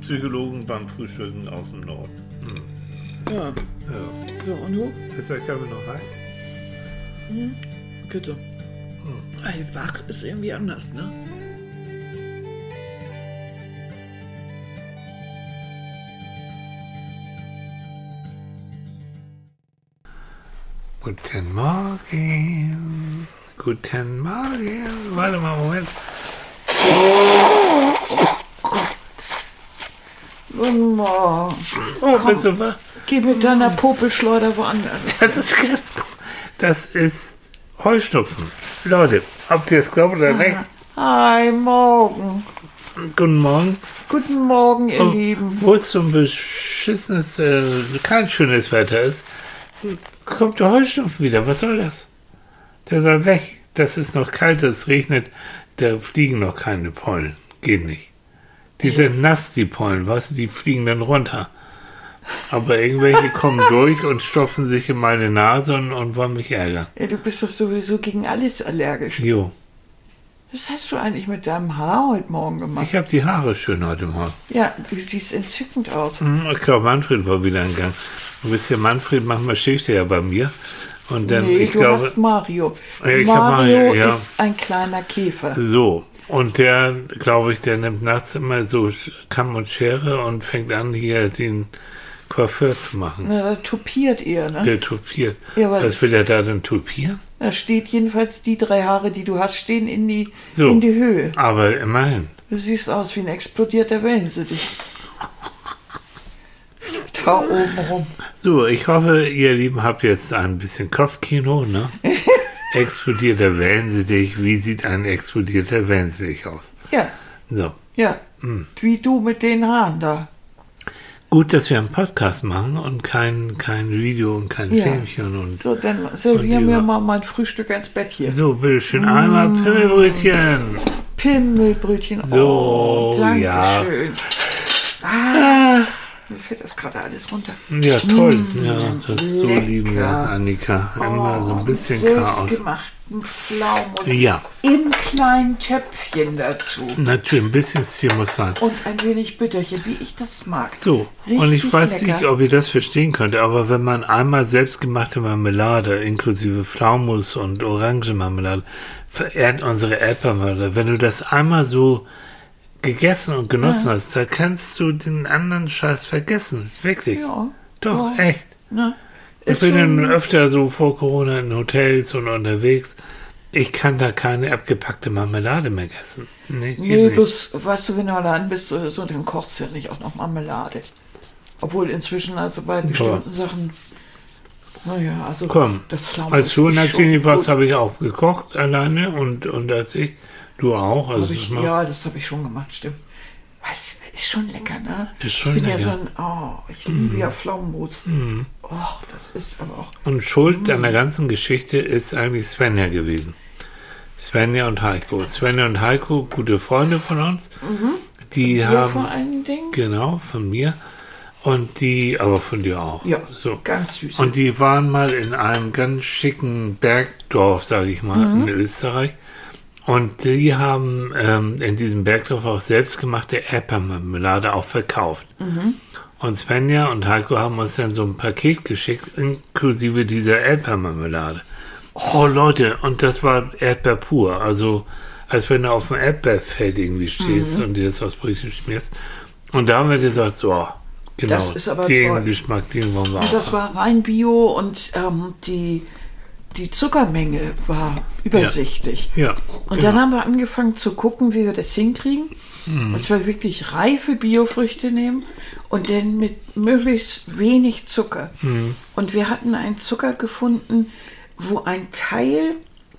Psychologen beim Frühstücken aus dem Norden. Ja. So, und du? Ist der Kaffee noch heiß? Bitte. Ey, wach ist irgendwie anders, ne? Guten Morgen. Guten Morgen. Warte mal, Moment. Guten Morgen. Oh, bist du wach? Geh mit deiner Popelschleuder woanders. Das ist Heuschnupfen. Leute, ob ihr es glaubt oder nicht. Hi, morgen. Guten Morgen. Guten Morgen, ihr Lieben. Wo es so ein beschissenes, kein schönes Wetter ist, kommt der Heuschnupfen wieder. Was soll das? Der soll weg. Das ist noch kalt, es regnet, da fliegen noch keine Pollen. Geht nicht. Die sind nass, die Pollen, weißt du, die fliegen dann runter. Aber irgendwelche kommen durch und stopfen sich in meine Nase und wollen mich ärgern. Ja, du bist doch sowieso gegen alles allergisch. Jo. Was hast du eigentlich mit deinem Haar heute Morgen gemacht? Ich habe die Haare schön heute Morgen. Ja, du siehst entzückend aus. Ich glaube, Manfred war wieder in Gang. Du wisst ja, Manfred, manchmal schläft er ja bei mir. Und dann, Nee, ich du glaube, hast Mario. Ja, ich hab Mario Mario, ja. ist ein kleiner Käfer. So. Und der, glaube ich, der nimmt nachts immer so Kamm und Schere und fängt an, hier den Coiffeur zu machen. Na, da tupiert er, ne? Der tupiert. Ja, aber Was will er da denn tupieren? Da steht jedenfalls, die 3 Haare, die du hast, stehen in die Höhe. Aber immerhin. Du siehst aus wie ein explodierter Wellensittich. Da oben rum. So, ich hoffe, ihr Lieben habt jetzt ein bisschen Kopfkino, ne? Explodierter Wellensittich. Wie sieht ein explodierter Wellensittich aus? Ja. So. Ja. Wie du mit den Haaren da. Gut, dass wir einen Podcast machen und kein Video und kein Filmchen und. So, dann servier mir mal mein Frühstück ans Bett hier. So, bitteschön, einmal Pimmelbrötchen. Pimmelbrötchen. So, danke ja. schön. Mir fällt das gerade alles runter. Ja, toll. Ja, das so lecker. lieben wir, Annika. Immer so ein bisschen Chaos. Selbstgemachten Pflaumen Ja. im kleinen Töpfchen dazu. Natürlich, ein bisschen Stil muss sein. Und ein wenig Bitterchen, wie ich das mag. So, Richtig und ich weiß lecker. nicht, ob ihr das verstehen könnt, aber wenn man einmal selbstgemachte Marmelade, inklusive Pflaumus und Orangenmarmelade, verehrt unsere Erdbeermarmelade, wenn du das einmal so gegessen und genossen hast, da kannst du den anderen Scheiß vergessen. Wirklich. Ja. Doch, Ja. echt. Na, Ich bin dann öfter so vor Corona in Hotels und unterwegs. Ich kann da keine abgepackte Marmelade mehr essen. Nee, Nee, bloß, weißt du, wenn du allein bist, so, dann kochst du ja nicht auch noch Marmelade. Obwohl inzwischen, also bei bestimmten Sachen, naja, also Komm, das Pflaumen als du in der Klinik warst, gut. habe ich auch gekocht alleine und als ich, du auch. Also Ja, das habe ich schon gemacht, stimmt. Was, ist schon lecker, ne? Ist schon ich bin lecker. ja so ein, ich liebe ja Pflaumenmus. Oh, das ist aber auch... Und Schuld an der ganzen Geschichte ist eigentlich Svenja gewesen. Svenja und Heiko. Svenja und Heiko, gute Freunde von uns. Die Dir haben, vor allen Dingen? genau, von mir. Und die, aber von dir auch. Ja, so. ganz süß. Und die waren mal in einem ganz schicken Bergdorf, sage ich mal, in Österreich. Und die haben in diesem Bergdorf auch selbstgemachte Erdbeermarmelade auch verkauft. Und Svenja und Heiko haben uns dann so ein Paket geschickt, inklusive dieser Erdbeermarmelade. Oh Leute, und das war Erdbeer pur. Also als wenn du auf dem Erdbeerfeld irgendwie stehst und dir das aufs Brötchen schmierst. Und da haben wir gesagt, so, genau, Das ist aber den toll. Geschmack, den wollen wir auch. Das war rein Bio und die Zuckermenge war übersichtlich. Ja. Und dann haben wir angefangen zu gucken, wie wir das hinkriegen. Dass wir wirklich reife Biofrüchte nehmen und dann mit möglichst wenig Zucker. Und wir hatten einen Zucker gefunden, wo ein Teil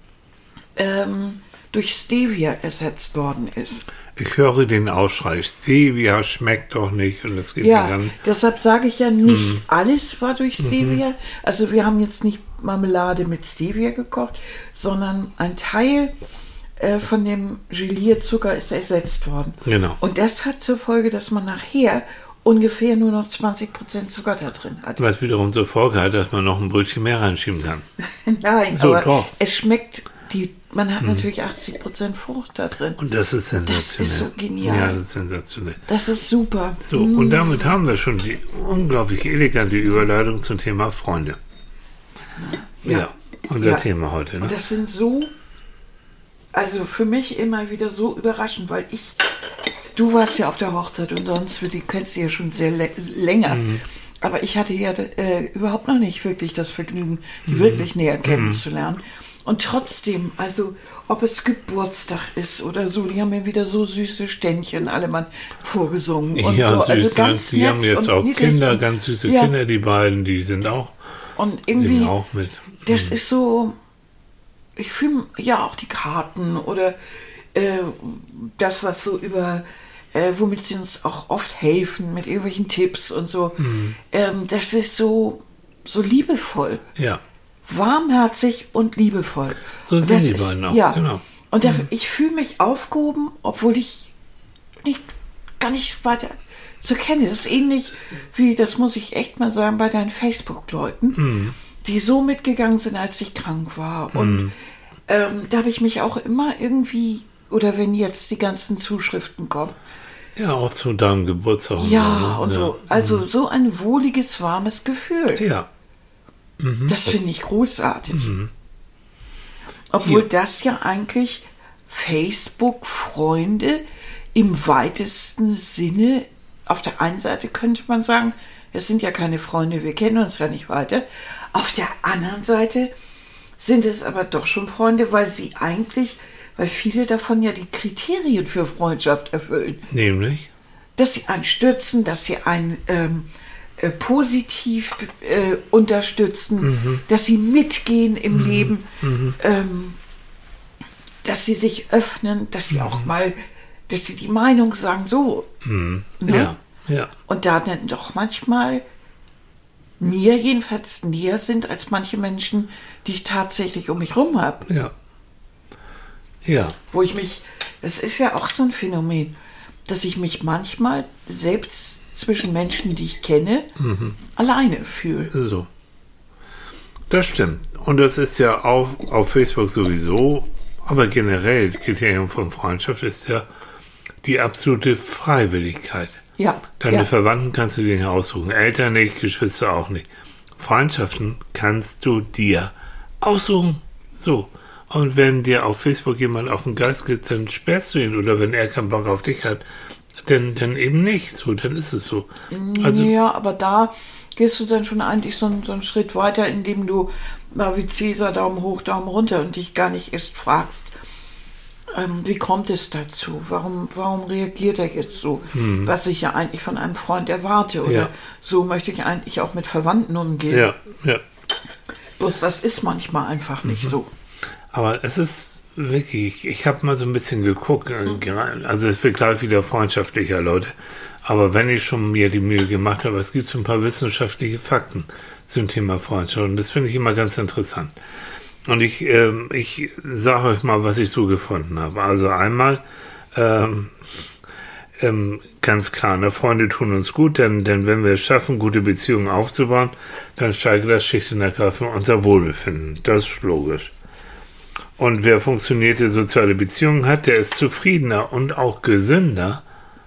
durch Stevia ersetzt worden ist. Ich höre den Ausschrei, Stevia schmeckt doch nicht und das geht Ja, dann. deshalb sage ich ja, nicht alles war durch Stevia. Also wir haben jetzt nicht Marmelade mit Stevia gekocht, sondern ein Teil von dem Gelierzucker ist ersetzt worden. Genau. Und das hat zur Folge, dass man nachher ungefähr nur noch 20% Zucker da drin hat. Was wiederum zur Folge hat, dass man noch ein Brötchen mehr reinschieben kann. Nein, So, aber doch. es schmeckt Man hat natürlich 80% Frucht da drin. Und das ist sensationell. Das ist so genial. Ja, das ist sensationell. Das ist super. So, und damit haben wir schon die unglaublich elegante Überleitung zum Thema Freunde. Ja, unser Thema heute. Ne? Und das sind so, also für mich immer wieder so überraschend, weil du warst ja auf der Hochzeit und sonst, du kennst sie ja schon sehr länger. Aber ich hatte ja überhaupt noch nicht wirklich das Vergnügen, die wirklich näher kennenzulernen. Und trotzdem, also ob es Geburtstag ist oder so, die haben mir wieder so süße Ständchen alle mal vorgesungen. Und ja, so. süß, Also ganz die nett haben jetzt auch Kinder, ganz süße Kinder, die beiden, die sind auch, und irgendwie, auch mit. Das ist so, ich fühle ja auch die Karten oder das, was so über... womit sie uns auch oft helfen, mit irgendwelchen Tipps und so. Das ist so liebevoll. Ja. Warmherzig und liebevoll. So sind die beiden auch. Ja. Genau. Und ich fühle mich aufgehoben, obwohl ich gar nicht weiter so kenne. Das ist ähnlich wie, das muss ich echt mal sagen, bei deinen Facebook-Leuten, die so mitgegangen sind, als ich krank war. Und da habe ich mich auch immer irgendwie, oder wenn jetzt die ganzen Zuschriften kommen, ja, auch zu deinem Geburtstag. Ja, und so. Also so ein wohliges, warmes Gefühl. Ja. Das finde ich großartig. Obwohl das ja eigentlich Facebook-Freunde im weitesten Sinne, auf der einen Seite könnte man sagen, es sind ja keine Freunde, wir kennen uns ja nicht weiter. Auf der anderen Seite sind es aber doch schon Freunde, weil viele davon ja die Kriterien für Freundschaft erfüllen. Nämlich? Dass sie einen stützen, dass sie einen positiv unterstützen, dass sie mitgehen im Leben, dass sie sich öffnen, dass sie auch mal, dass sie die Meinung sagen, so. Ne? Ja. Und da dann doch manchmal mir jedenfalls näher sind als manche Menschen, die ich tatsächlich um mich rum habe. Ja. Ja. Wo ich mich, das ist ja auch so ein Phänomen, dass ich mich manchmal selbst zwischen Menschen, die ich kenne, alleine fühle. So. Das stimmt. Und das ist ja auch auf Facebook sowieso, aber generell Kriterium von Freundschaft ist ja die absolute Freiwilligkeit. Ja. Deine Verwandten kannst du dir nicht aussuchen, Eltern nicht, Geschwister auch nicht. Freundschaften kannst du dir aussuchen. So. Und wenn dir auf Facebook jemand auf den Geist geht, dann sperrst du ihn. Oder wenn er keinen Bock auf dich hat, dann eben nicht. So, dann ist es so. Also, ja, aber da gehst du dann schon eigentlich so einen Schritt weiter, indem du wie Cäsar Daumen hoch, Daumen runter und dich gar nicht erst fragst, wie kommt es dazu? Warum reagiert er jetzt so? Was ich ja eigentlich von einem Freund erwarte. Oder so möchte ich eigentlich auch mit Verwandten umgehen. Ja. Bloß das ist manchmal einfach nicht so. Aber es ist wirklich, ich habe mal so ein bisschen geguckt, also es wird gleich wieder freundschaftlicher, Leute, aber wenn ich schon mir die Mühe gemacht habe, es gibt so ein paar wissenschaftliche Fakten zum Thema Freundschaft und das finde ich immer ganz interessant. Und ich sage euch mal, was ich so gefunden habe. Also einmal, ganz klar, ne, Freunde tun uns gut, denn wenn wir es schaffen, gute Beziehungen aufzubauen, dann steigert das schlicht und ergreifend unser Wohlbefinden. Das ist logisch. Und wer funktionierte soziale Beziehungen hat, der ist zufriedener und auch gesünder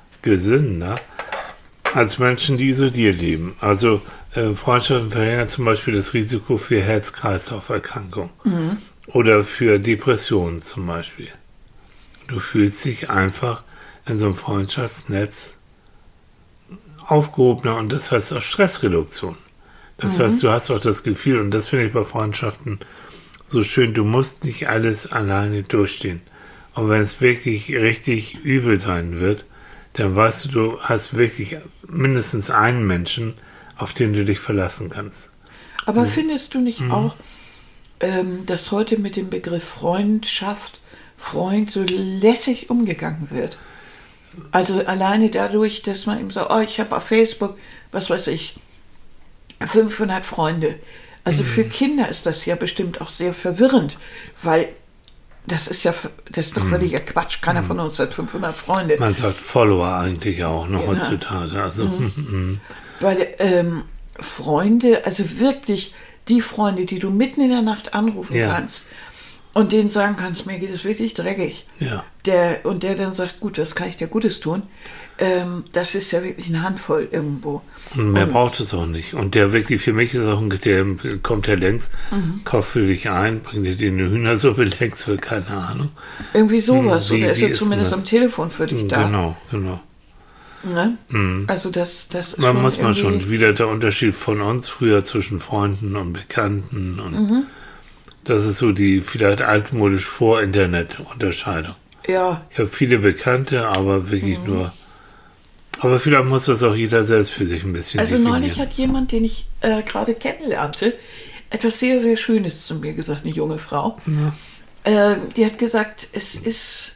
als Menschen, die isoliert leben. Also Freundschaften verringern zum Beispiel das Risiko für Herz-Kreislauf-Erkrankungen oder für Depressionen zum Beispiel. Du fühlst dich einfach in so einem Freundschaftsnetz aufgehobener und das heißt auch Stressreduktion. Das heißt, du hast auch das Gefühl, und das finde ich bei Freundschaften so schön, du musst nicht alles alleine durchstehen. Und wenn es wirklich richtig übel sein wird, dann weißt du hast wirklich mindestens einen Menschen, auf den du dich verlassen kannst. Aber findest du nicht auch, dass heute mit dem Begriff Freundschaft, Freund so lässig umgegangen wird? Also alleine dadurch, dass man eben sagt, ich habe auf Facebook, was weiß ich, 500 Freunde. Also für Kinder ist das ja bestimmt auch sehr verwirrend, weil das ist doch völliger Quatsch. Keiner von uns hat 500 Freunde. Man sagt Follower eigentlich auch noch heutzutage. Also, Weil Freunde, also wirklich die Freunde, die du mitten in der Nacht anrufen kannst, und denen sagen kannst, mir geht es wirklich dreckig. Ja. Der dann sagt, gut, was kann ich dir Gutes tun? Das ist ja wirklich eine Handvoll irgendwo. Und mehr braucht es auch nicht. Und der wirklich, für mich ist auch ein Kriterium, kommt der längst, kauft für dich ein, bringt dir eine Hühnersuppe längst für, keine Ahnung. Irgendwie sowas. Wie oder ist er ist zumindest das? am Telefon für dich da? Genau. Ne? Also das ist Man schon muss man irgendwie- schon wieder der Unterschied von uns früher zwischen Freunden und Bekannten und das ist so die vielleicht altmodisch Vor-Internet-Unterscheidung. Ja, Ich habe viele Bekannte, aber wirklich nur. Aber vielleicht muss das auch jeder selbst für sich ein bisschen also definieren. neulich hat jemand, den ich gerade kennenlernte, etwas sehr, sehr Schönes zu mir gesagt, eine junge Frau. Die hat gesagt, es ist,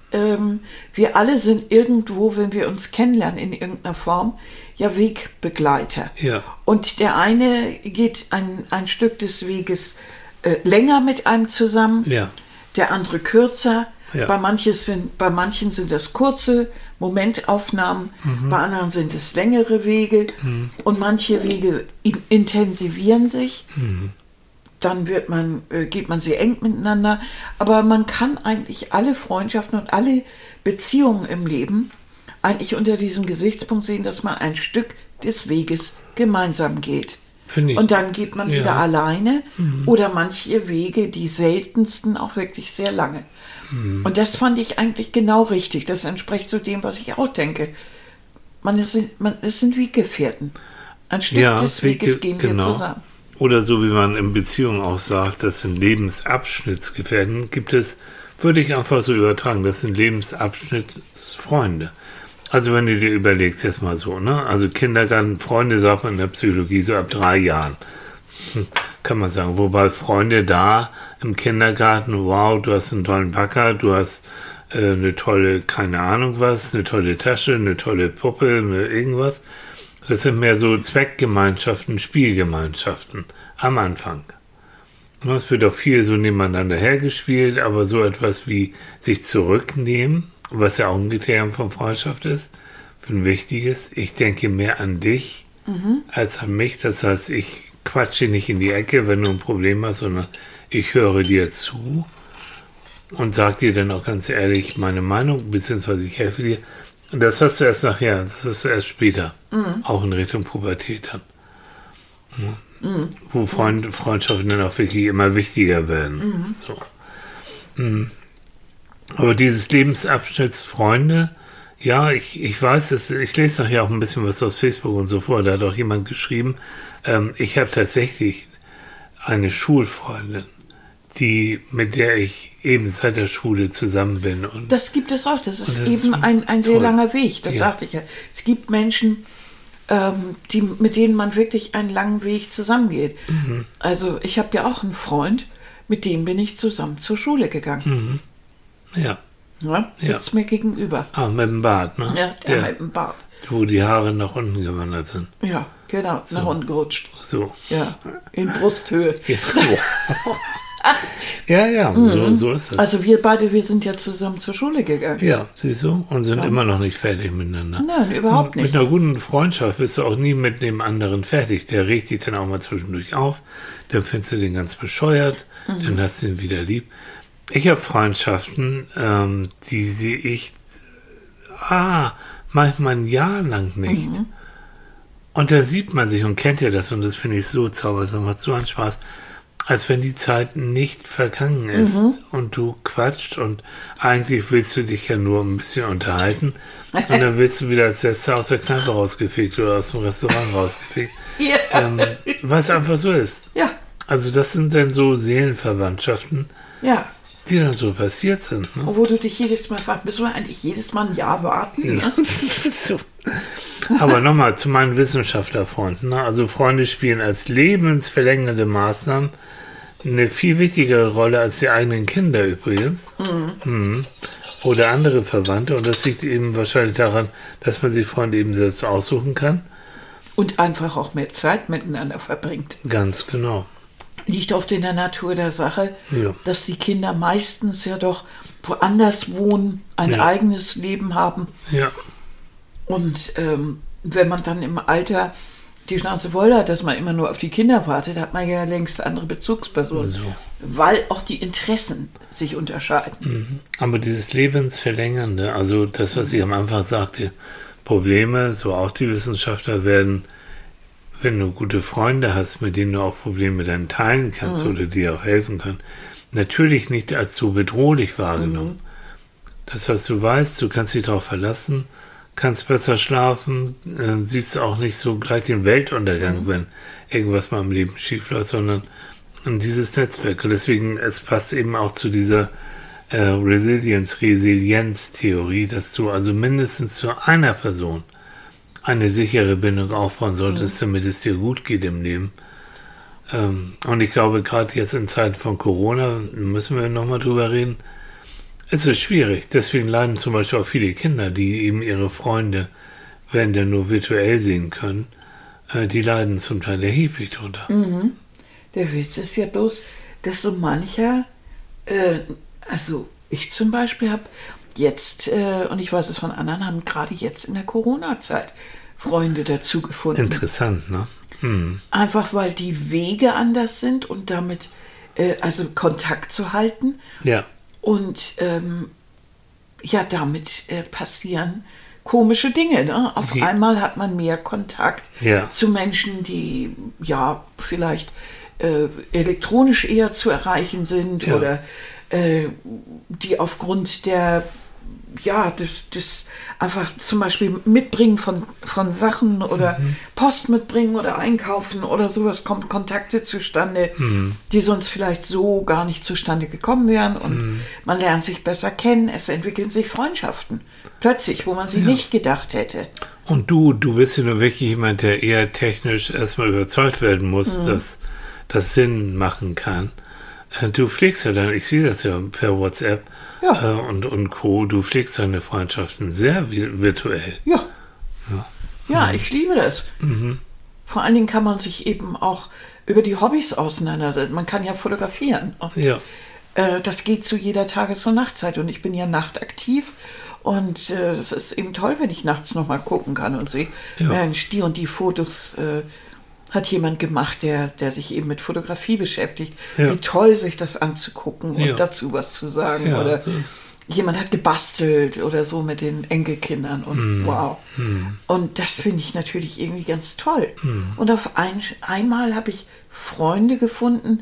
wir alle sind irgendwo, wenn wir uns kennenlernen in irgendeiner Form, ja Wegbegleiter. Ja. Und der eine geht ein Stück des Weges länger mit einem zusammen, Ja. der andere kürzer. Ja. Bei manchen sind das kurze Momentaufnahmen, bei anderen sind es längere Wege und manche Wege intensivieren sich. Dann geht man sehr eng miteinander, aber man kann eigentlich alle Freundschaften und alle Beziehungen im Leben eigentlich unter diesem Gesichtspunkt sehen, dass man ein Stück des Weges gemeinsam geht. Finde ich. Und dann geht man Ja. wieder alleine oder manche Wege, die seltensten, auch wirklich sehr lange. Und das fand ich eigentlich genau richtig. Das entspricht zu dem, was ich auch denke. Es sind Weggefährten. Ein Stück des Weges gehen wir zusammen. Oder so wie man in Beziehungen auch sagt, das sind Lebensabschnittsgefährten, gibt es, würde ich einfach so übertragen, das sind Lebensabschnittsfreunde. Also wenn du dir überlegst, jetzt mal so, ne? Also Kindergartenfreunde sagt man in der Psychologie so ab 3 Jahren. Kann man sagen. Wobei Freunde da im Kindergarten, wow, du hast einen tollen Packer, du hast eine tolle, keine Ahnung was, eine tolle Tasche, eine tolle Puppe, irgendwas. Das sind mehr so Zweckgemeinschaften, Spielgemeinschaften am Anfang. Es wird auch viel so nebeneinander hergespielt, aber so etwas wie sich zurücknehmen, was ja auch ein Kriterium von Freundschaft ist, für ein wichtiges. Ich denke mehr an dich als an mich. Das heißt, ich quatsche nicht in die Ecke, wenn du ein Problem hast, sondern ich höre dir zu und sage dir dann auch ganz ehrlich meine Meinung, beziehungsweise ich helfe dir. Und das hast du erst nachher, das hast du erst später, auch in Richtung Pubertät dann. Wo Freundschaften dann auch wirklich immer wichtiger werden. So. Aber dieses Lebensabschnittsfreunde, ja, ich weiß, ich lese nachher auch ein bisschen was aus Facebook und so vor, da hat auch jemand geschrieben, ich habe tatsächlich eine Schulfreundin, mit der ich eben seit der Schule zusammen bin. Und Das gibt es auch. Das ist das eben ist ein sehr toll. langer Weg. Das Ja. sagte ich ja. Es gibt Menschen, mit denen man wirklich einen langen Weg zusammengeht. Also ich habe ja auch einen Freund, mit dem bin ich zusammen zur Schule gegangen. ja, Ja, sitzt mir gegenüber. mit dem Bart, ne? Ja, der mit dem Bart. Wo die Haare nach unten gewandert sind. Ja, genau, nach unten gerutscht. So. Ja, in Brusthöhe. Ja, so ist es. Also wir sind ja zusammen zur Schule gegangen. Ja, siehst du? Und sind immer noch nicht fertig miteinander. Nein, überhaupt nicht. Mit einer guten Freundschaft bist du auch nie mit dem anderen fertig. Der regt dich dann auch mal zwischendurch auf. Dann findest du den ganz bescheuert. Dann hast du ihn wieder lieb. Ich habe Freundschaften, die sehe ich manchmal ein Jahr lang nicht. Und da sieht man sich und kennt ja das. Und das finde ich so zaubersam, macht so einen Spaß. Als wenn die Zeit nicht vergangen ist und du quatscht und eigentlich willst du dich ja nur ein bisschen unterhalten und dann willst du wieder als Letzter aus der Kneipe rausgefegt oder aus dem Restaurant rausgefegt, Ja. was einfach so ist. Ja, Also das sind dann so Seelenverwandtschaften, ja. die dann so passiert sind. Ne? Und wo du dich jedes Mal fragst, müssen wir eigentlich jedes Mal ein Jahr warten? Ja. So. Aber nochmal zu meinen Wissenschaftlerfreunden. Ne? Also Freunde spielen als lebensverlängernde Maßnahmen eine viel wichtigere Rolle als die eigenen Kinder übrigens. Oder andere Verwandte. Und das liegt eben wahrscheinlich daran, dass man sich Freunde eben selbst aussuchen kann. Und einfach auch mehr Zeit miteinander verbringt. Ganz genau. Liegt oft in der Natur der Sache, Ja. dass die Kinder meistens ja doch woanders wohnen, ein Ja. eigenes Leben haben. Ja. Und wenn man dann im Alter die Schnauze voll hat, dass man immer nur auf die Kinder wartet, hat man ja längst andere Bezugspersonen. So. weil auch die Interessen sich unterscheiden. Aber dieses Lebensverlängernde, also das, was ich am Anfang sagte, Probleme, so auch die Wissenschaftler werden, wenn du gute Freunde hast, mit denen du auch Probleme dann teilen kannst oder dir auch helfen können, natürlich nicht als so bedrohlich wahrgenommen. Das, was du weißt, du kannst dich darauf verlassen, kannst besser schlafen, siehst auch nicht so gleich den Weltuntergang, wenn irgendwas mal im Leben schief läuft, sondern dieses Netzwerk. Und deswegen, es passt eben auch zu dieser Resilienz-Theorie, dass du also mindestens zu einer Person eine sichere Bindung aufbauen solltest, damit es dir gut geht im Leben. Und ich glaube, gerade jetzt in Zeiten von Corona, müssen wir nochmal drüber reden, es ist schwierig. Deswegen leiden zum Beispiel auch viele Kinder, die eben ihre Freunde, wenn denn nur virtuell sehen können, die leiden zum Teil erheblich drunter. Der Witz ist ja bloß, dass so mancher, also ich zum Beispiel habe jetzt, und ich weiß es von anderen, haben gerade jetzt in der Corona-Zeit Freunde dazu gefunden. Interessant, ne? Einfach weil die Wege anders sind und damit, also Kontakt zu halten. Ja. Und ja, damit passieren komische Dinge. Ne? Auf einmal hat man mehr Kontakt zu Menschen, die ja vielleicht elektronisch eher zu erreichen sind oder die aufgrund der das einfach zum Beispiel Mitbringen von Sachen oder Post mitbringen oder einkaufen oder sowas, kommt Kontakte zustande, die sonst vielleicht so gar nicht zustande gekommen wären und man lernt sich besser kennen, es entwickeln sich Freundschaften plötzlich, wo man sie nicht gedacht hätte. Und du bist ja nur wirklich jemand, der eher technisch erstmal überzeugt werden muss, dass das Sinn machen kann. Du pflegst ja dann, ich sehe das ja per WhatsApp und Co., du pflegst deine Freundschaften sehr virtuell. Ja, ich liebe das. Vor allen Dingen kann man sich eben auch über die Hobbys auseinandersetzen. Man kann ja fotografieren. Das geht zu jeder Tages- und Nachtzeit und ich bin ja nachtaktiv und es ist eben toll, wenn ich nachts nochmal gucken kann und sehe, Mensch, die und die Fotos hat jemand gemacht, der sich eben mit Fotografie beschäftigt. Wie toll, sich das anzugucken und dazu was zu sagen. Oder jemand hat gebastelt oder so mit den Enkelkindern und wow. Und das finde ich natürlich irgendwie ganz toll. Und auf einmal habe ich Freunde gefunden,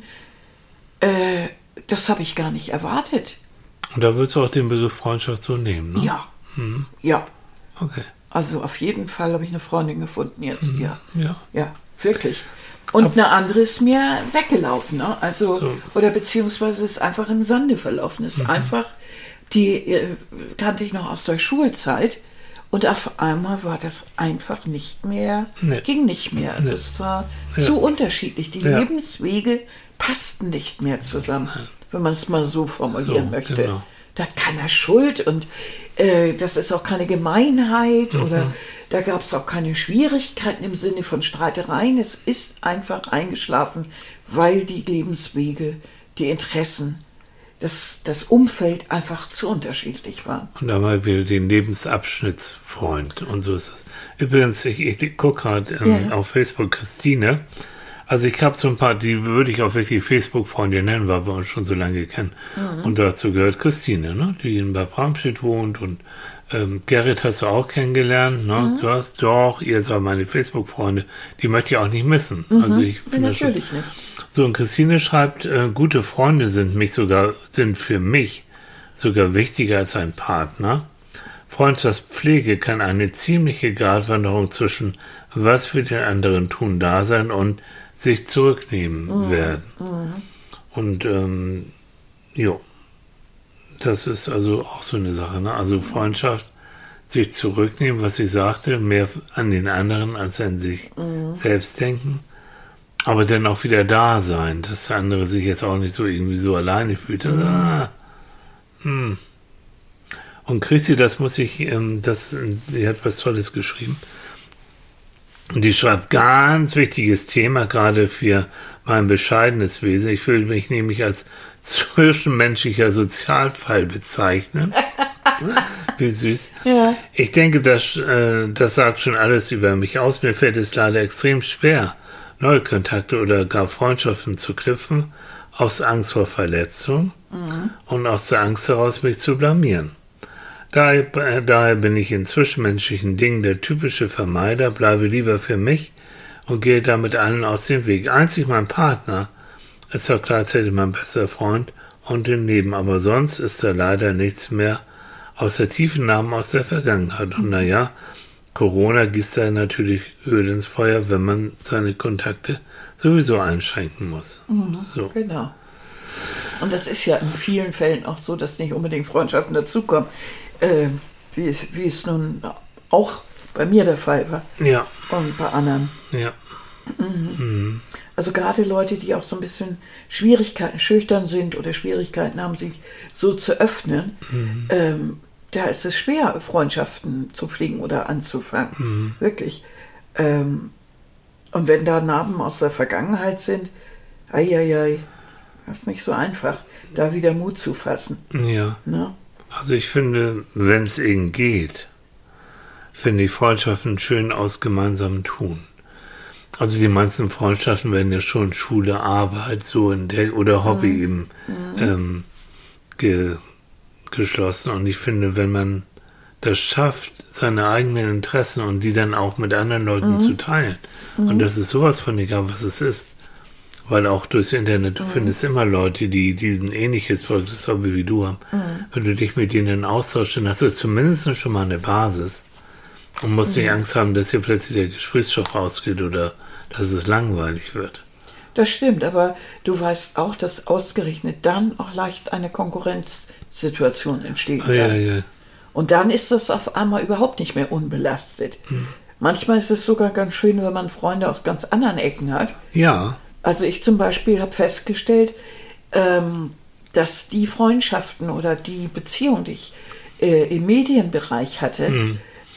das habe ich gar nicht erwartet. Und da würdest du auch den Begriff Freundschaft so nehmen, ne? Ja. Okay. Also auf jeden Fall habe ich eine Freundin gefunden jetzt, Ja, wirklich. Und eine andere ist mir weggelaufen, ne? Also, oder beziehungsweise ist einfach im Sande verlaufen. Ist einfach, die kannte ich noch aus der Schulzeit und auf einmal war das einfach nicht mehr, ging nicht mehr. Also es war zu unterschiedlich. Die Lebenswege passten nicht mehr zusammen, wenn man es mal so formulieren möchte. Genau. Da hat keiner Schuld und das ist auch keine Gemeinheit oder da gab es auch keine Schwierigkeiten im Sinne von Streitereien. Es ist einfach eingeschlafen, weil die Lebenswege, die Interessen, das Umfeld einfach zu unterschiedlich waren. Und da mal wieder den Lebensabschnittsfreund und so ist es. Übrigens, ich gucke gerade auf Facebook Christine. Also ich habe so ein paar, die würde ich auch wirklich Facebook-Freunde nennen, weil wir uns schon so lange kennen. Und dazu gehört Christine, ne? Die in Bad Bramstedt wohnt und Gerrit hast du auch kennengelernt, ne? Du hast doch, ihr seid meine Facebook-Freunde, die möchte ich auch nicht missen. Also ich finde natürlich schon, nicht. So, und Christine schreibt, gute Freunde sind für mich sogar wichtiger als ein Partner. Freundschaftspflege kann eine ziemliche Gratwanderung zwischen was für den anderen tun da sein und sich zurücknehmen werden. Und das ist also auch so eine Sache, ne? Also Freundschaft, sich zurücknehmen, was ich sagte, mehr an den anderen als an sich selbst denken, aber dann auch wieder da sein, dass der andere sich jetzt auch nicht so irgendwie so alleine fühlt. Und Christi, die hat was Tolles geschrieben. Und die schreibt, ganz wichtiges Thema, gerade für mein bescheidenes Wesen. Ich will mich nämlich als zwischenmenschlicher Sozialfall bezeichnen. Wie süß. Ja. Ich denke, das sagt schon alles über mich aus. Mir fällt es leider extrem schwer, neue Kontakte oder gar Freundschaften zu knüpfen, aus Angst vor Verletzung und aus der Angst heraus, mich zu blamieren. Daher bin ich in zwischenmenschlichen Dingen der typische Vermeider, bleibe lieber für mich und gehe damit allen aus dem Weg. Einzig mein Partner ist doch gleichzeitig mein bester Freund und im Leben, aber sonst ist da leider nichts mehr außer tiefen Namen aus der Vergangenheit. Und naja, Corona gießt da natürlich Öl ins Feuer, wenn man seine Kontakte sowieso einschränken muss. So. Genau. Und das ist ja in vielen Fällen auch so, dass nicht unbedingt Freundschaften dazukommen, wie es nun auch bei mir der Fall war. Ja. Und bei anderen. Ja. Also gerade Leute, die auch so ein bisschen Schwierigkeiten, schüchtern sind oder Schwierigkeiten haben, sich so zu öffnen, da ist es schwer, Freundschaften zu pflegen oder anzufangen. Wirklich. Und wenn da Narben aus der Vergangenheit sind, das ist nicht so einfach, da wieder Mut zu fassen. Ja. Ne? Also ich finde, wenn es eben geht, finde ich Freundschaften schön aus gemeinsamem Tun. Also die meisten Freundschaften werden ja schon Schule, Arbeit, so in der oder Hobby eben geschlossen. Und ich finde, wenn man das schafft, seine eigenen Interessen und die dann auch mit anderen Leuten zu teilen, und das ist sowas von egal, was es ist, weil auch durchs Internet, du findest immer Leute, die ein ähnliches verrücktes Hobby wie du haben. Wenn du dich mit denen austauschst, dann hast du zumindest schon mal eine Basis und musst nicht Angst haben, dass hier plötzlich der Gesprächsstoff ausgeht oder dass es langweilig wird. Das stimmt, aber du weißt auch, dass ausgerechnet dann auch leicht eine Konkurrenzsituation entstehen kann. Ja. Und dann ist das auf einmal überhaupt nicht mehr unbelastet. Manchmal ist es sogar ganz schön, wenn man Freunde aus ganz anderen Ecken hat. Ja. Also ich zum Beispiel habe festgestellt, dass die Freundschaften oder die Beziehung, die ich im Medienbereich hatte,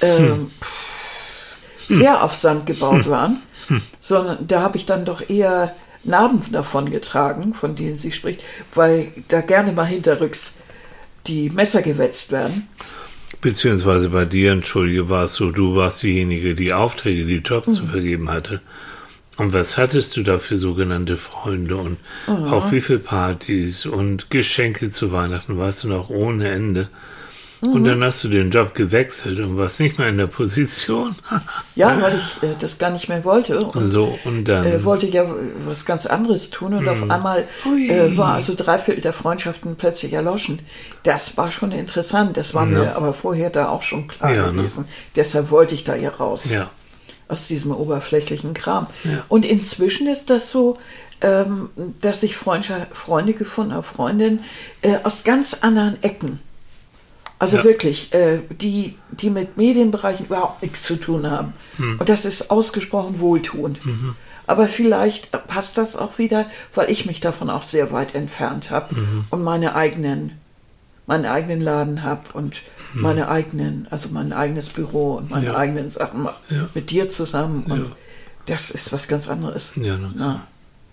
sehr auf Sand gebaut waren. Sondern da habe ich dann doch eher Narben davon getragen, von denen sie spricht, weil da gerne mal hinterrücks die Messer gewetzt werden. Beziehungsweise bei dir, entschuldige, war es so, du warst diejenige, die Aufträge, die Jobs zu vergeben hatte. Und was hattest du da für sogenannte Freunde und auch wie viele Partys und Geschenke zu Weihnachten, weißt du noch, ohne Ende. Und dann hast du den Job gewechselt und warst nicht mehr in der Position. Ja, weil ich das gar nicht mehr wollte. Und, und dann wollte ja was ganz anderes tun und auf einmal war also 3/4 der Freundschaften plötzlich erloschen. Das war schon interessant. Das war mir aber vorher da auch schon klar gewesen. Ne? Deshalb wollte ich da ja raus. Ja. Aus diesem oberflächlichen Kram. Ja. Und inzwischen ist das so, dass ich Freunde gefunden habe, Freundinnen aus ganz anderen Ecken. Also wirklich, die mit Medienbereichen überhaupt nichts zu tun haben. Und das ist ausgesprochen wohltuend. Aber vielleicht passt das auch wieder, weil ich mich davon auch sehr weit entfernt habe und meinen eigenen Laden habe und mein eigenes Büro und meine eigenen Sachen mache mit dir zusammen. Und das ist was ganz anderes. Ja.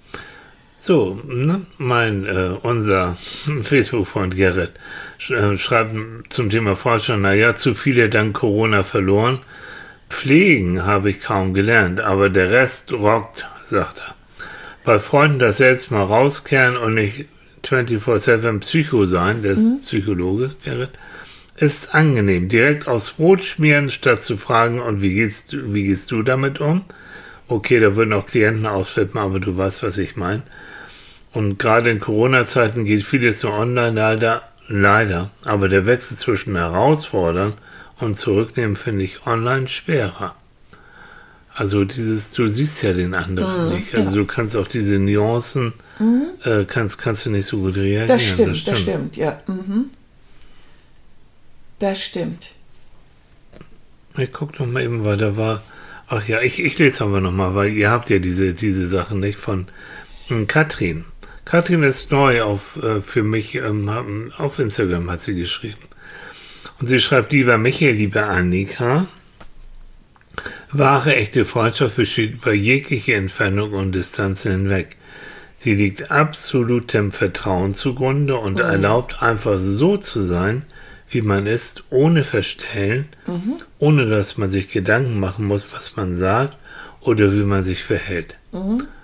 So, ne? Unser Facebook-Freund Gerrit schreibt zum Thema Freundschaft, zu viele dank Corona verloren. Pflegen habe ich kaum gelernt, aber der Rest rockt, sagt er. Bei Freunden das selbst mal rauskehren und nicht 24/7 Psycho sein, der ist Psychologe, Gerrit, ist angenehm. Direkt aufs Brot schmieren, statt zu fragen, und wie gehst du damit um? Okay, da würden auch Klienten ausflippen, aber du weißt, was ich meine. Und gerade in Corona-Zeiten geht vieles so online, leider. Aber der Wechsel zwischen herausfordern und zurücknehmen finde ich online schwerer. Also du siehst ja den anderen nicht. Also du kannst auf diese Nuancen, kannst du nicht so gut reagieren. Das stimmt, ja. Das stimmt. Ich guck noch mal eben, weil da war, ich lese aber noch mal, weil ihr habt ja diese Sachen nicht von Katrin. Katrin ist neu für mich, auf Instagram hat sie geschrieben. Und sie schreibt, lieber Michael, liebe Annika, wahre, echte Freundschaft besteht über jegliche Entfernung und Distanzen hinweg. Sie liegt absolutem Vertrauen zugrunde und erlaubt einfach so zu sein, wie man ist, ohne Verstellen, ohne dass man sich Gedanken machen muss, was man sagt oder wie man sich verhält.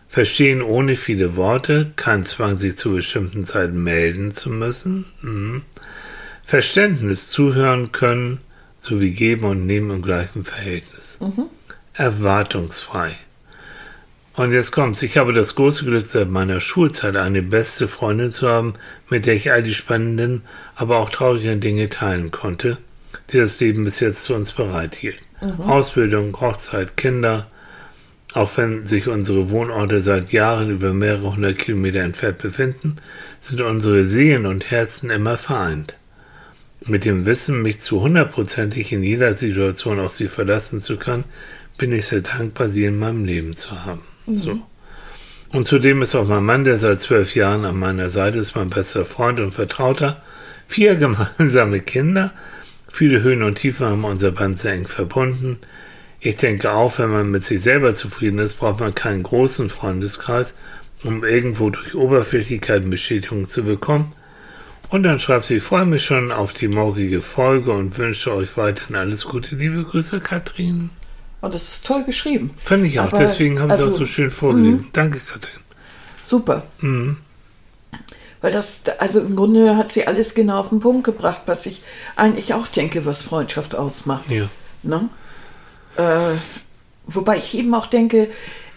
Verstehen ohne viele Worte, kein Zwang, sich zu bestimmten Zeiten melden zu müssen. Verständnis, zuhören können, sowie geben und nehmen im gleichen Verhältnis. Erwartungsfrei. Und jetzt kommt's. Ich habe das große Glück, seit meiner Schulzeit eine beste Freundin zu haben, mit der ich all die spannenden, aber auch traurigen Dinge teilen konnte, die das Leben bis jetzt zu uns bereithielt. Ausbildung, Hochzeit, Kinder. Auch wenn sich unsere Wohnorte seit Jahren über mehrere hundert Kilometer entfernt befinden, sind unsere Seelen und Herzen immer vereint. Mit dem Wissen, mich zu 100%ig in jeder Situation auf sie verlassen zu können, bin ich sehr dankbar, sie in meinem Leben zu haben. So. Und zudem ist auch mein Mann, der seit 12 Jahren an meiner Seite ist, mein bester Freund und Vertrauter. 4 gemeinsame Kinder, viele Höhen und Tiefen haben unser Band sehr eng verbunden. Ich denke auch, wenn man mit sich selber zufrieden ist, braucht man keinen großen Freundeskreis, um irgendwo durch Oberflächlichkeit Bestätigung zu bekommen. Und dann schreibt sie, ich freue mich schon auf die morgige Folge und wünsche euch weiterhin alles Gute. Liebe Grüße, Katrin. Und das ist toll geschrieben. Finde ich auch, aber deswegen haben sie auch so schön vorgelesen. Danke, Katrin. Super. Weil also im Grunde hat sie alles genau auf den Punkt gebracht, was ich eigentlich auch denke, was Freundschaft ausmacht. Ja. Ne? Wobei ich eben auch denke,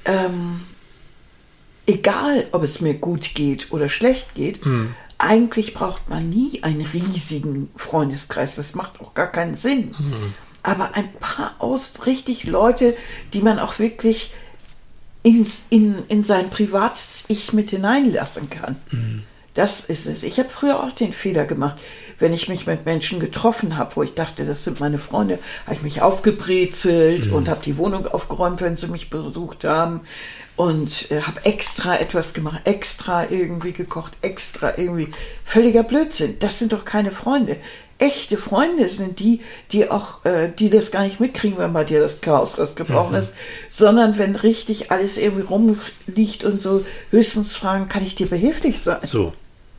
egal ob es mir gut geht oder schlecht geht, eigentlich braucht man nie einen riesigen Freundeskreis. Das macht auch gar keinen Sinn. Aber ein paar richtig Leute, die man auch wirklich in sein privates Ich mit hineinlassen kann. Das ist es. Ich habe früher auch den Fehler gemacht, wenn ich mich mit Menschen getroffen habe, wo ich dachte, das sind meine Freunde, habe ich mich aufgebrezelt und habe die Wohnung aufgeräumt, wenn sie mich besucht haben und habe extra etwas gemacht, extra irgendwie gekocht, extra irgendwie völliger Blödsinn. Das sind doch keine Freunde. Echte Freunde sind die das gar nicht mitkriegen, wenn bei dir das Chaos ausgebrochen ist, sondern wenn richtig alles irgendwie rumliegt und so, höchstens fragen, kann ich dir behilflich sein? So.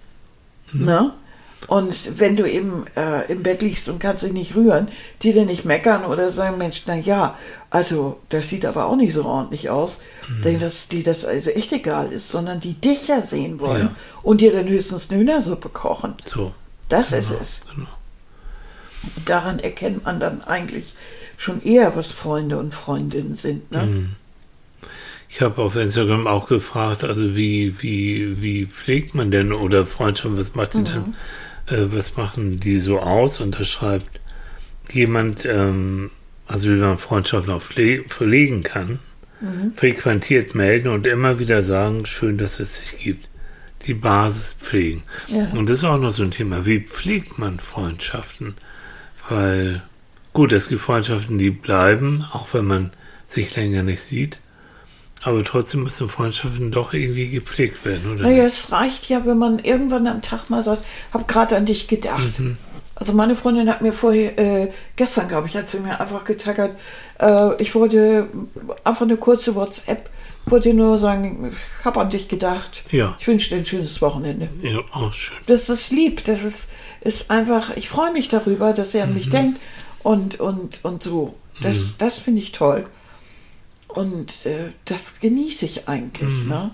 Na? Und wenn du eben im Bett liegst und kannst dich nicht rühren, die dir nicht meckern oder sagen, Mensch, na ja, also das sieht aber auch nicht so ordentlich aus, denn dass die das also echt egal ist, sondern die dich ja sehen wollen und dir dann höchstens eine Hühnersuppe kochen. So. Das ist es. Genau. Und daran erkennt man dann eigentlich schon eher, was Freunde und Freundinnen sind. Ne? Ich habe auf Instagram auch gefragt, also wie pflegt man denn oder Freundschaft, was macht die denn, was machen die so aus? Und da schreibt jemand, also wie man Freundschaften auch pflegen kann, frequentiert melden und immer wieder sagen, schön, dass es sich gibt. Die Basis pflegen. Ja. Und das ist auch noch so ein Thema, wie pflegt man Freundschaften? Weil, gut, es gibt Freundschaften, die bleiben, auch wenn man sich länger nicht sieht. Aber trotzdem müssen Freundschaften doch irgendwie gepflegt werden, oder? Naja, es reicht ja, wenn man irgendwann am Tag mal sagt, hab gerade an dich gedacht. Also meine Freundin hat mir gestern, glaube ich, hat sie mir einfach getaggert, ich wollte einfach eine kurze WhatsApp, wollte nur sagen, ich habe an dich gedacht. Ja. Ich wünsche dir ein schönes Wochenende. Ja, auch schön. Das ist lieb. Das ist einfach, ich freue mich darüber, dass er an mich denkt und so. Das finde ich toll. Und das genieße ich eigentlich. Ne?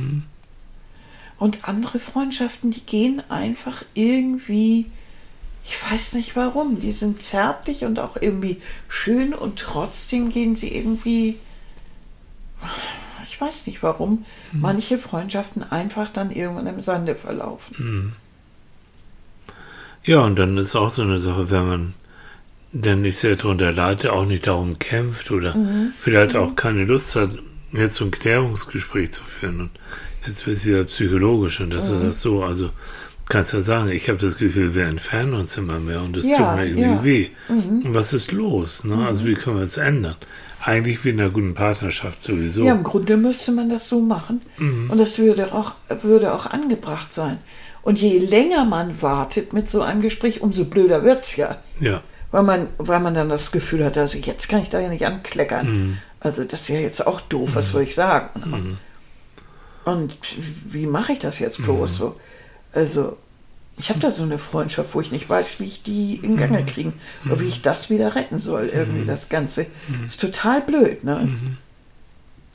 Und andere Freundschaften, die gehen einfach irgendwie, ich weiß nicht warum, die sind zärtlich und auch irgendwie schön und trotzdem gehen sie irgendwie, ich weiß nicht warum, manche Freundschaften einfach dann irgendwann im Sande verlaufen. Ja, und dann ist auch so eine Sache, wenn man denn nicht sehr darunter leidet, auch nicht darum kämpft oder vielleicht auch keine Lust hat, jetzt so ein Klärungsgespräch zu führen. Und jetzt wird es ja psychologisch und das ist das so, also kannst ja sagen, ich habe das Gefühl, wir entfernen uns immer mehr und das tut mir irgendwie weh. Und was ist los? Ne? Also wie können wir es ändern? Eigentlich wie in einer guten Partnerschaft sowieso. Ja, im Grunde müsste man das so machen. Und das würde auch angebracht sein. Und je länger man wartet mit so einem Gespräch, umso blöder wird es ja. Ja. Weil man dann das Gefühl hat, also jetzt kann ich da ja nicht ankleckern. Also das ist ja jetzt auch doof, was soll ich sagen? Und wie mache ich das jetzt bloß so? Also ich habe da so eine Freundschaft, wo ich nicht weiß, wie ich die in Gang kriegen oder wie ich das wieder retten soll. Irgendwie das Ganze ist total blöd. Ne?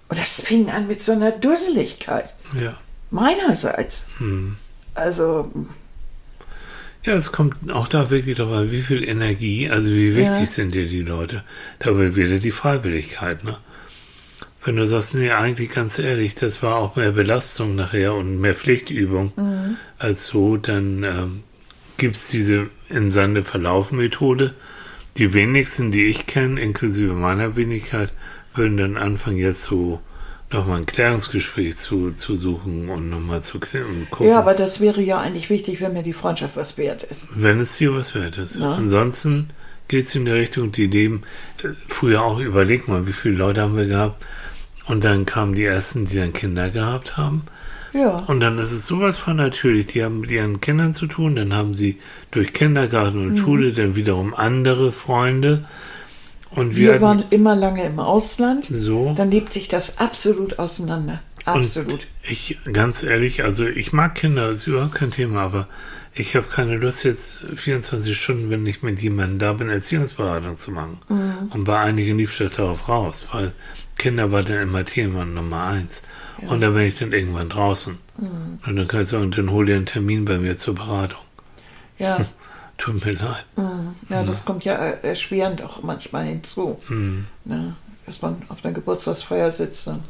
Und das fing an mit so einer Dusseligkeit. Ja. Meinerseits. Also, Ja, es kommt auch da wirklich darauf an, wie viel Energie, also wie wichtig sind dir die Leute. Da wird wieder die Freiwilligkeit, ne? Wenn du sagst, nee, eigentlich ganz ehrlich, das war auch mehr Belastung nachher und mehr Pflichtübung als so, dann gibt es diese in Sande verlaufen Methode. Die wenigsten, die ich kenne, inklusive meiner Wenigkeit, würden dann anfangen, jetzt so nochmal ein Klärungsgespräch zu suchen und nochmal zu gucken. ja, aber das wäre ja eigentlich wichtig, wenn mir die Freundschaft was wert ist. Wenn es dir was wert ist. Ja. Ansonsten geht es in die Richtung, die leben. Früher auch, überleg mal, wie viele Leute haben wir gehabt. Und dann kamen die ersten, die dann Kinder gehabt haben. Ja. Und dann ist es sowas von natürlich. Die haben mit ihren Kindern zu tun. Dann haben sie durch Kindergarten und Schule dann wiederum andere Freunde. Und Wir waren immer lange im Ausland. so. Dann lebt sich das absolut auseinander. Absolut. Und ich, ganz ehrlich, also ich mag Kinder, ist überhaupt kein Thema, aber ich habe keine Lust jetzt 24 Stunden, wenn ich mit jemandem da bin, Erziehungsberatung zu machen. Und bei einigen lief das darauf raus, weil Kinder war dann immer Thema Nummer 1. Ja. Und da bin ich dann irgendwann draußen. Und dann kann ich sagen, dann hol dir einen Termin bei mir zur Beratung. Ja. Tut mir leid. Ja, das kommt ja erschwerend auch manchmal hinzu. Ne? Dass man auf einer Geburtstagsfeier sitzt und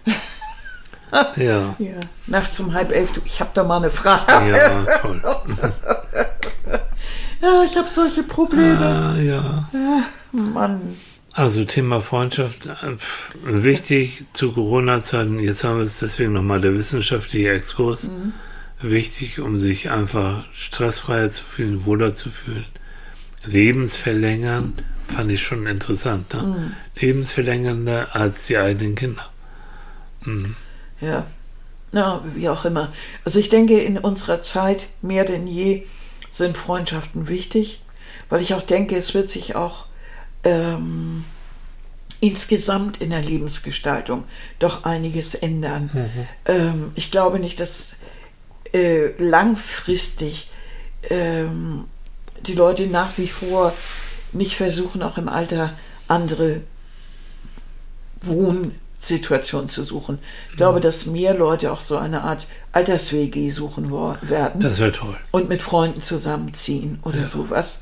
Ja. ja, nachts um 10:30, du, ich habe da mal eine Frage. Ja, toll. Ja, ich habe solche Probleme. Ja. Mann. Also Thema Freundschaft, wichtig zu Corona-Zeiten, jetzt haben wir es deswegen nochmal der wissenschaftliche Exkurs, wichtig, um sich einfach stressfreier zu fühlen, wohler zu fühlen. Lebensverlängern fand ich schon interessant, ne? Lebensverlängernder als die eigenen Kinder. Ja. Ja, wie auch immer. Also ich denke, in unserer Zeit mehr denn je sind Freundschaften wichtig, weil ich auch denke, es wird sich auch insgesamt in der Lebensgestaltung doch einiges ändern. Ich glaube nicht, dass langfristig die Leute nach wie vor nicht versuchen, auch im Alter andere Wohnsituationen zu suchen. Ich glaube, dass mehr Leute auch so eine Art Alters-WG suchen werden. Das wäre toll. Und mit Freunden zusammenziehen oder sowas.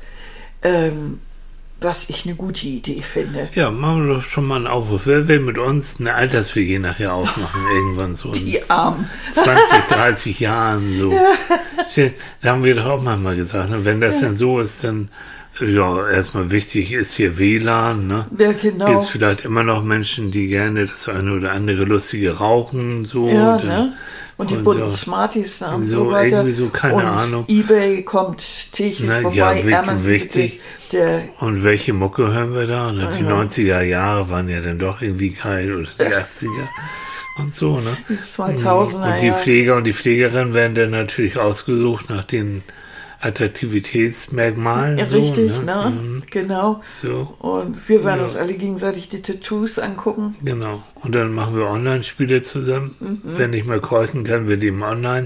Was ich eine gute Idee finde. Ja, machen wir doch schon mal einen Aufruf. Wer will mit uns eine Alters-WG nachher aufmachen? Irgendwann so in Die Armen. 20, 30 Jahren so. Da haben wir doch auch manchmal gesagt, ne? Wenn das dann so ist, dann ja, erstmal wichtig ist hier WLAN, ne? Ja, genau. Gibt es vielleicht immer noch Menschen, die gerne das eine oder andere lustige rauchen, so. Ja, dann, ne? Und die bunten Smarties da und so weiter. Irgendwie so, keine und Ahnung. eBay kommt täglich vorbei. Ja, wirklich Amazon wichtig. Und welche Mucke hören wir da? Ne? Die 90er Jahre waren ja dann doch irgendwie geil oder die 80er und so, ne? Die 2000er, und die Pfleger und die Pflegerinnen werden dann natürlich ausgesucht nach den Attraktivitätsmerkmalen. Ja, so, richtig, ne? ne? Genau. So. Und wir werden uns alle gegenseitig die Tattoos angucken. Genau. Und dann machen wir Online-Spiele zusammen. Wenn ich mal keuchen kann, wir nehmen online.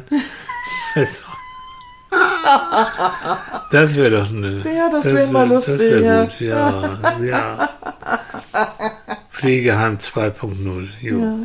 Das wäre doch eine... Ja, das wäre mal lustig. Das wäre gut, ja. Pflegeheim 2.0. Jo.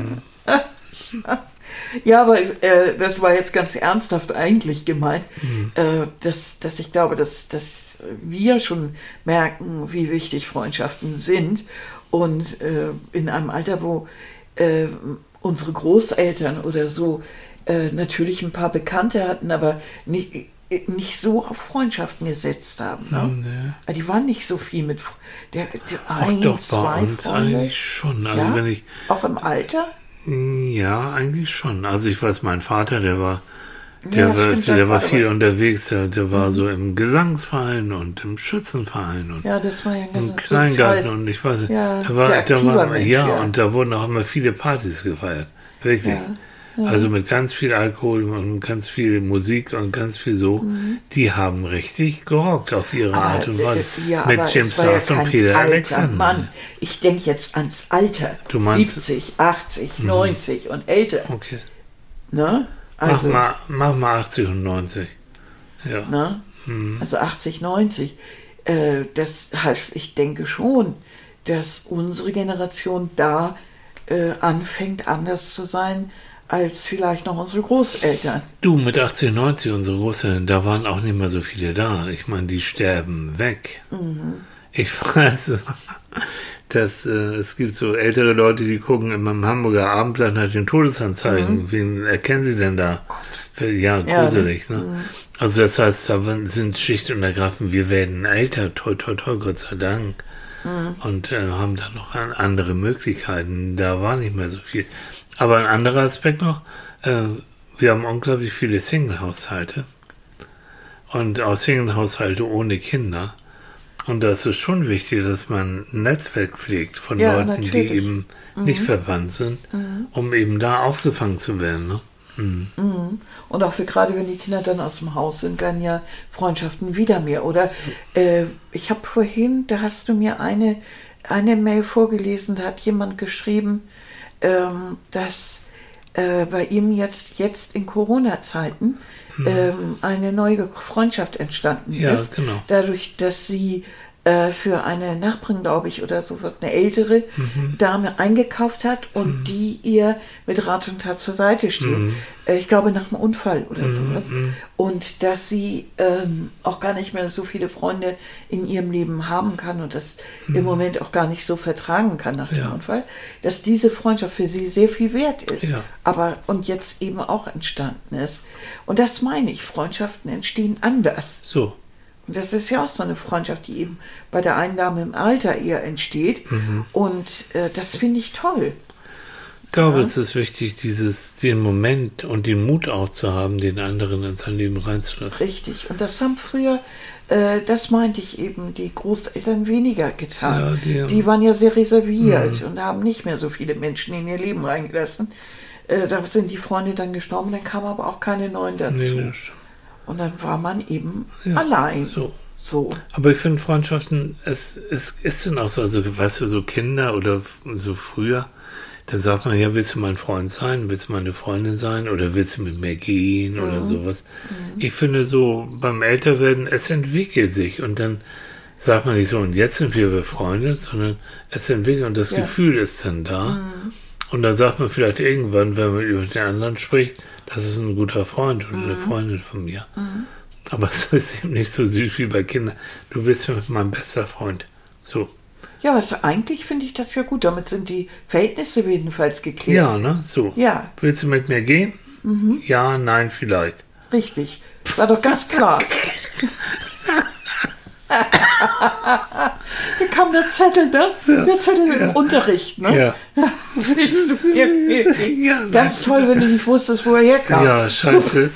Ja, aber das war jetzt ganz ernsthaft eigentlich gemeint, dass ich glaube, dass wir schon merken, wie wichtig Freundschaften sind und in einem Alter, wo unsere Großeltern oder so natürlich ein paar Bekannte hatten, aber nicht so auf Freundschaften gesetzt haben. Ne? Nee. Die waren nicht so viel mit Bei uns Freunde. eigentlich schon. Also Ja? wenn ich... Auch im Alter? Ja, eigentlich schon. Also ich weiß, mein Vater, der war stimmt, viel unterwegs, der war so im Gesangsverein und im Schützenverein und Ja, das war ja im Kleingarten und ich weiß nicht, ja, da war, sehr aktiver Mensch, ja. und da wurden auch immer viele Partys gefeiert. Wirklich. Ja. Also mit ganz viel Alkohol und ganz viel Musik und ganz viel so. Die haben richtig gerockt auf ihre Art und Weise. Mit aber James es war ja Last und kein Peter alter Alexander. Mann. Ich denke jetzt ans Alter. Du meinst- 70, 80, 90 und älter. Okay. Ne? Also, Mach mal 80 und 90. Ja. ne? Also 80, 90. Das heißt, ich denke schon, dass unsere Generation da anfängt anders zu sein als vielleicht noch unsere Großeltern. Du, mit 80, 90, unsere Großeltern, da waren auch nicht mehr so viele da. Ich meine, die sterben weg. Ich weiß, dass es gibt so ältere Leute, die gucken immer im Hamburger Abendblatt nach den Todesanzeigen. Wen erkennen sie denn da? Ja, gruselig, ne? Also das heißt, da sind schlicht und ergreifend, wir werden älter, toll, toll, toll, Gott sei Dank. Und haben dann noch andere Möglichkeiten. Da war nicht mehr so viel. Aber ein anderer Aspekt noch, wir haben unglaublich viele Single-Haushalte und auch Single-Haushalte ohne Kinder. Und das ist schon wichtig, dass man ein Netzwerk pflegt von Leuten, natürlich, die eben nicht verwandt sind, um eben da aufgefangen zu werden. Ne? Und auch gerade wenn die Kinder dann aus dem Haus sind, dann ja Freundschaften wieder mehr. Oder ich habe vorhin, da hast du mir eine Mail vorgelesen, da hat jemand geschrieben, dass bei ihm jetzt in Corona-Zeiten eine neue Freundschaft entstanden ist. Genau. Dadurch, dass sie für eine Nachbarin, glaube ich, oder sowas, eine ältere Dame eingekauft hat und die ihr mit Rat und Tat zur Seite steht. Ich glaube, nach einem Unfall oder sowas. Und dass sie auch gar nicht mehr so viele Freunde in ihrem Leben haben kann und das im Moment auch gar nicht so vertragen kann nach dem Unfall, dass diese Freundschaft für sie sehr viel wert ist. Und jetzt eben auch entstanden ist. Und das meine ich, Freundschaften entstehen anders. So. Und das ist ja auch so eine Freundschaft, die eben bei der einen Dame im Alter eher entsteht. Und das finde ich toll. Ich glaube, es ist wichtig, den Moment und den Mut auch zu haben, den anderen in sein Leben reinzulassen. Richtig. Und das haben früher, das meinte ich eben, die Großeltern weniger getan. Die waren ja sehr reserviert und haben nicht mehr so viele Menschen in ihr Leben reingelassen. Da sind die Freunde dann gestorben, dann kamen aber auch keine neuen dazu. Nee, und dann war man eben allein. So. Aber ich finde Freundschaften, es ist dann auch so, also weißt du, so Kinder oder so früher, dann sagt man, ja, willst du mein Freund sein, willst du meine Freundin sein oder willst du mit mir gehen oder sowas. Ich finde so, beim Älterwerden, es entwickelt sich und dann sagt man nicht so, und jetzt sind wir befreundet, sondern es entwickelt und das Gefühl ist dann da. Und dann sagt man vielleicht irgendwann, wenn man über den anderen spricht, das ist ein guter Freund oder eine Freundin von mir. Aber es ist eben nicht so süß wie bei Kindern. Du bist mein bester Freund. So. Ja, also eigentlich finde ich das ja gut. Damit sind die Verhältnisse jedenfalls geklärt. Ja, ne? So. Ja. Willst du mit mir gehen? Ja, nein, vielleicht. Richtig. War doch ganz klar. Hier kam der Zettel, ne? Der Zettel im Unterricht, ne? Ja. Willst du mir ganz toll, wenn du nicht wusstest, wo er herkam. Ja, scheiße.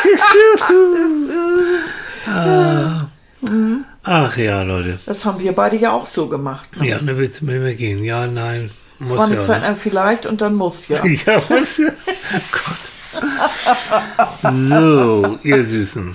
Ach ja, Leute. Das haben wir beide ja auch so gemacht. Ne? Ja, dann willst du mit mir gehen? Ja, nein. Muss das war eine Zeit lang vielleicht und dann muss ja. Ja, muss ja. Oh Gott. So, ihr Süßen.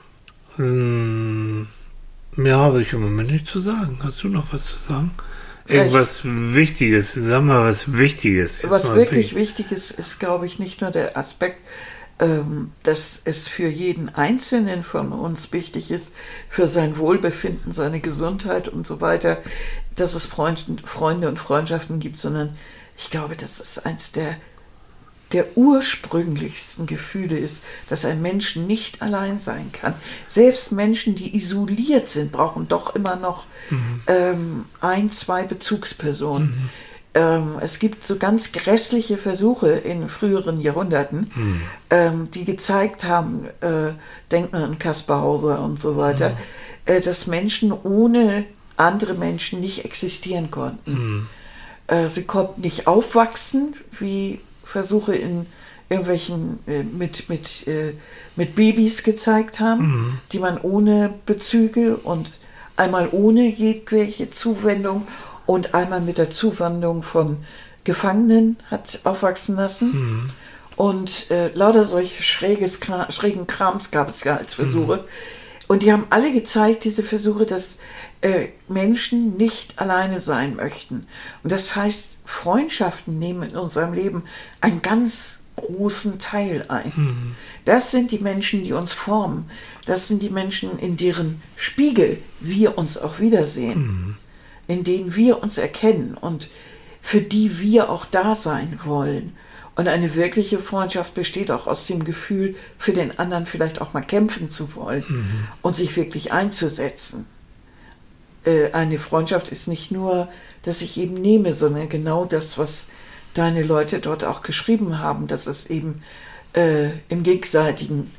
Mehr habe ich im Moment nicht zu sagen. Hast du noch was zu sagen? Irgendwas Wichtiges. Sag mal was Wichtiges. Jetzt was wirklich Wichtiges ist, glaube ich, nicht nur der Aspekt, dass es für jeden Einzelnen von uns wichtig ist, für sein Wohlbefinden, seine Gesundheit und so weiter, dass es Freunde und Freundschaften gibt, sondern ich glaube, dass es eins der ursprünglichsten Gefühle ist, dass ein Mensch nicht allein sein kann. Selbst Menschen, die isoliert sind, brauchen doch immer noch 1, 2 Bezugspersonen. Es gibt so ganz grässliche Versuche in früheren Jahrhunderten, die gezeigt haben, denkt man an Kaspar Hauser und so weiter, dass Menschen ohne andere Menschen nicht existieren konnten. Sie konnten nicht aufwachsen, wie Versuche in irgendwelchen mit Babys gezeigt haben, die man ohne Bezüge und einmal ohne jegliche Zuwendung und einmal mit der Zuwendung von Gefangenen hat aufwachsen lassen. Und lauter solche schrägen Krams gab es ja als Versuche. Und die haben alle gezeigt, diese Versuche, dass Menschen nicht alleine sein möchten. Und das heißt, Freundschaften nehmen in unserem Leben einen ganz großen Teil ein. Das sind die Menschen, die uns formen. Das sind die Menschen, in deren Spiegel wir uns auch wiedersehen. In denen wir uns erkennen. Und für die wir auch da sein wollen. Und eine wirkliche Freundschaft besteht auch aus dem Gefühl, für den anderen vielleicht auch mal kämpfen zu wollen und sich wirklich einzusetzen. Eine Freundschaft ist nicht nur, dass ich eben nehme, sondern genau das, was deine Leute dort auch geschrieben haben, dass es eben im gegenseitigen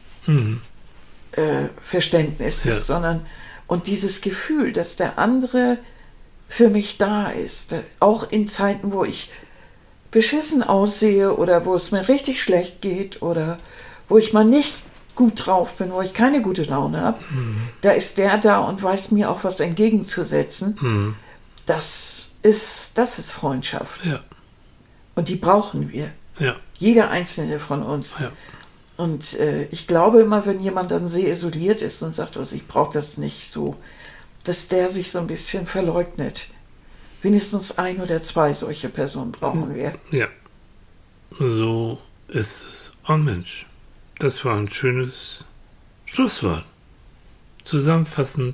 Verständnis ist, sondern und dieses Gefühl, dass der andere für mich da ist, auch in Zeiten, wo ich beschissen aussehe oder wo es mir richtig schlecht geht oder wo ich mal nicht gut drauf bin, wo ich keine gute Laune habe, da ist der da und weiß mir auch was entgegenzusetzen. Das ist Freundschaft. Ja. Und die brauchen wir. Ja. Jeder einzelne von uns. Ja. Und ich glaube immer, wenn jemand dann sehr isoliert ist und sagt, also ich brauche das nicht so, dass der sich so ein bisschen verleugnet. Wenigstens 1 oder 2 solche Personen brauchen wir. Ja, so ist es. Oh Mensch, das war ein schönes Schlusswort. Zusammenfassend.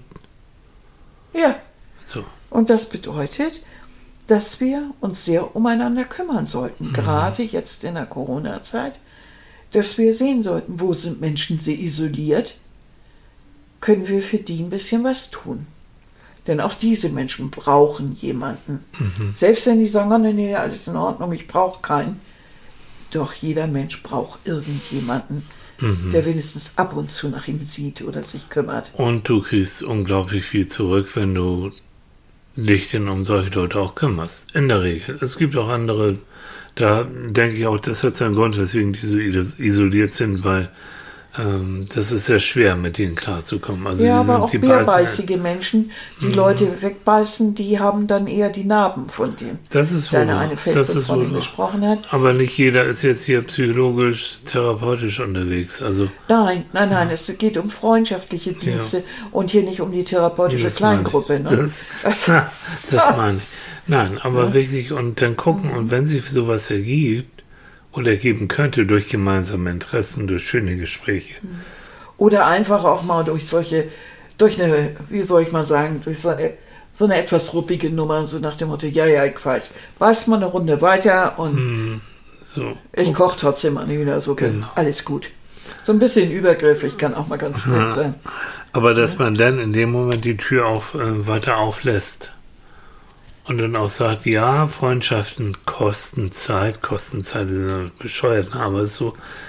Ja. So. Und das bedeutet, dass wir uns sehr umeinander kümmern sollten. Gerade jetzt in der Corona-Zeit. Dass wir sehen sollten, wo sind Menschen sehr isoliert, können wir für die ein bisschen was tun. Denn auch diese Menschen brauchen jemanden. Selbst wenn die sagen, oh, nee, alles in Ordnung, ich brauche keinen. Doch jeder Mensch braucht irgendjemanden, der wenigstens ab und zu nach ihm sieht oder sich kümmert. Und du kriegst unglaublich viel zurück, wenn du dich denn um solche Leute auch kümmerst. In der Regel. Es gibt auch andere, da denke ich auch, das hat seinen Grund, weswegen die so isoliert sind, weil das ist sehr schwer, mit denen klarzukommen. Also ja, die aber auch die bärbeißige Menschen, die Leute wegbeißen, die haben dann eher die Narben von denen. Das ist wohl deine eine Facebook-Freundin gesprochen hat. Aber nicht jeder ist jetzt hier psychologisch, therapeutisch unterwegs. Also Nein, es geht um freundschaftliche Dienste und hier nicht um die therapeutische Kleingruppe. Ne? Das meine ich. Nein, aber wirklich, und dann gucken, und wenn sich sowas ergibt, oder ergeben könnte durch gemeinsame Interessen, durch schöne Gespräche. Oder einfach auch mal durch eine, wie soll ich mal sagen, durch so eine etwas ruppige Nummer, so nach dem Motto, ja, ich weiß mal eine Runde weiter und ich koche trotzdem mal wieder so, genau. Alles gut. So ein bisschen übergriffig kann auch mal ganz nett sein. Aber dass man dann in dem Moment die Tür auch weiter auflässt. Und dann auch sagt, ja, Freundschaften kosten Zeit ist bescheuert, aber es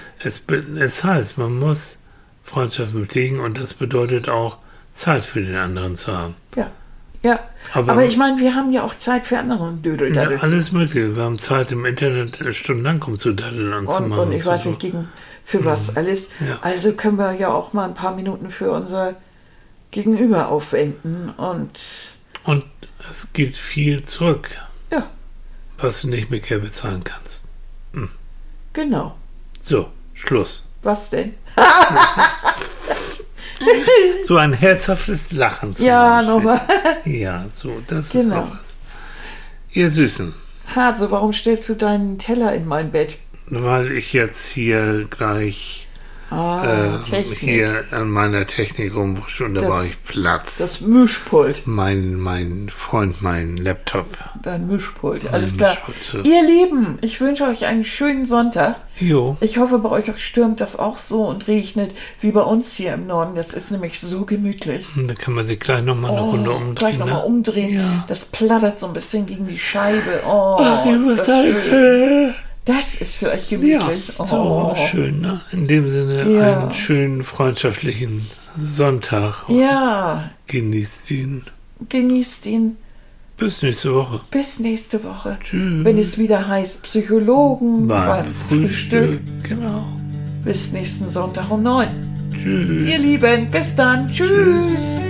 heißt, man muss Freundschaften pflegen und das bedeutet auch, Zeit für den anderen zu haben. Ja. Aber ich meine, wir haben ja auch Zeit für anderen Dödel. Ja, alles Mögliche. Wir haben Zeit im Internet stundenlang rumzudaddeln und zu machen. Und ich weiß nicht, für was alles. Ja. Also können wir ja auch mal ein paar Minuten für unser Gegenüber aufwenden und es gibt viel zurück, ja, was du nicht mit Geld bezahlen kannst. Genau. So, Schluss. Was denn? So ein herzhaftes Lachen zum Beispiel. Nochmal. Ja, so, das ist doch was. Ihr Süßen. Hase, warum stellst du deinen Teller in mein Bett? Weil ich jetzt hier gleich hier an meiner Technik rumwusche und da brauche ich Platz. Das Mischpult. Mein Freund, mein Laptop. Dein Mischpult, alles klar. Ihr Lieben, ich wünsche euch einen schönen Sonntag. Jo. Ich hoffe, bei euch stürmt das auch so und regnet wie bei uns hier im Norden. Das ist nämlich so gemütlich. Da kann man sich gleich nochmal eine Runde umdrehen. Gleich nochmal umdrehen. Ja. Das plattert so ein bisschen gegen die Scheibe. Das ist vielleicht gemütlich. Ja, so schön, ne? In dem Sinne einen schönen freundschaftlichen Sonntag. Ja. Genießt ihn. Bis nächste Woche. Tschüss. Wenn es wieder heißt Psychologen beim Frühstück. Genau. Bis nächsten Sonntag um 9. Tschüss. Ihr Lieben, bis dann. Tschüss.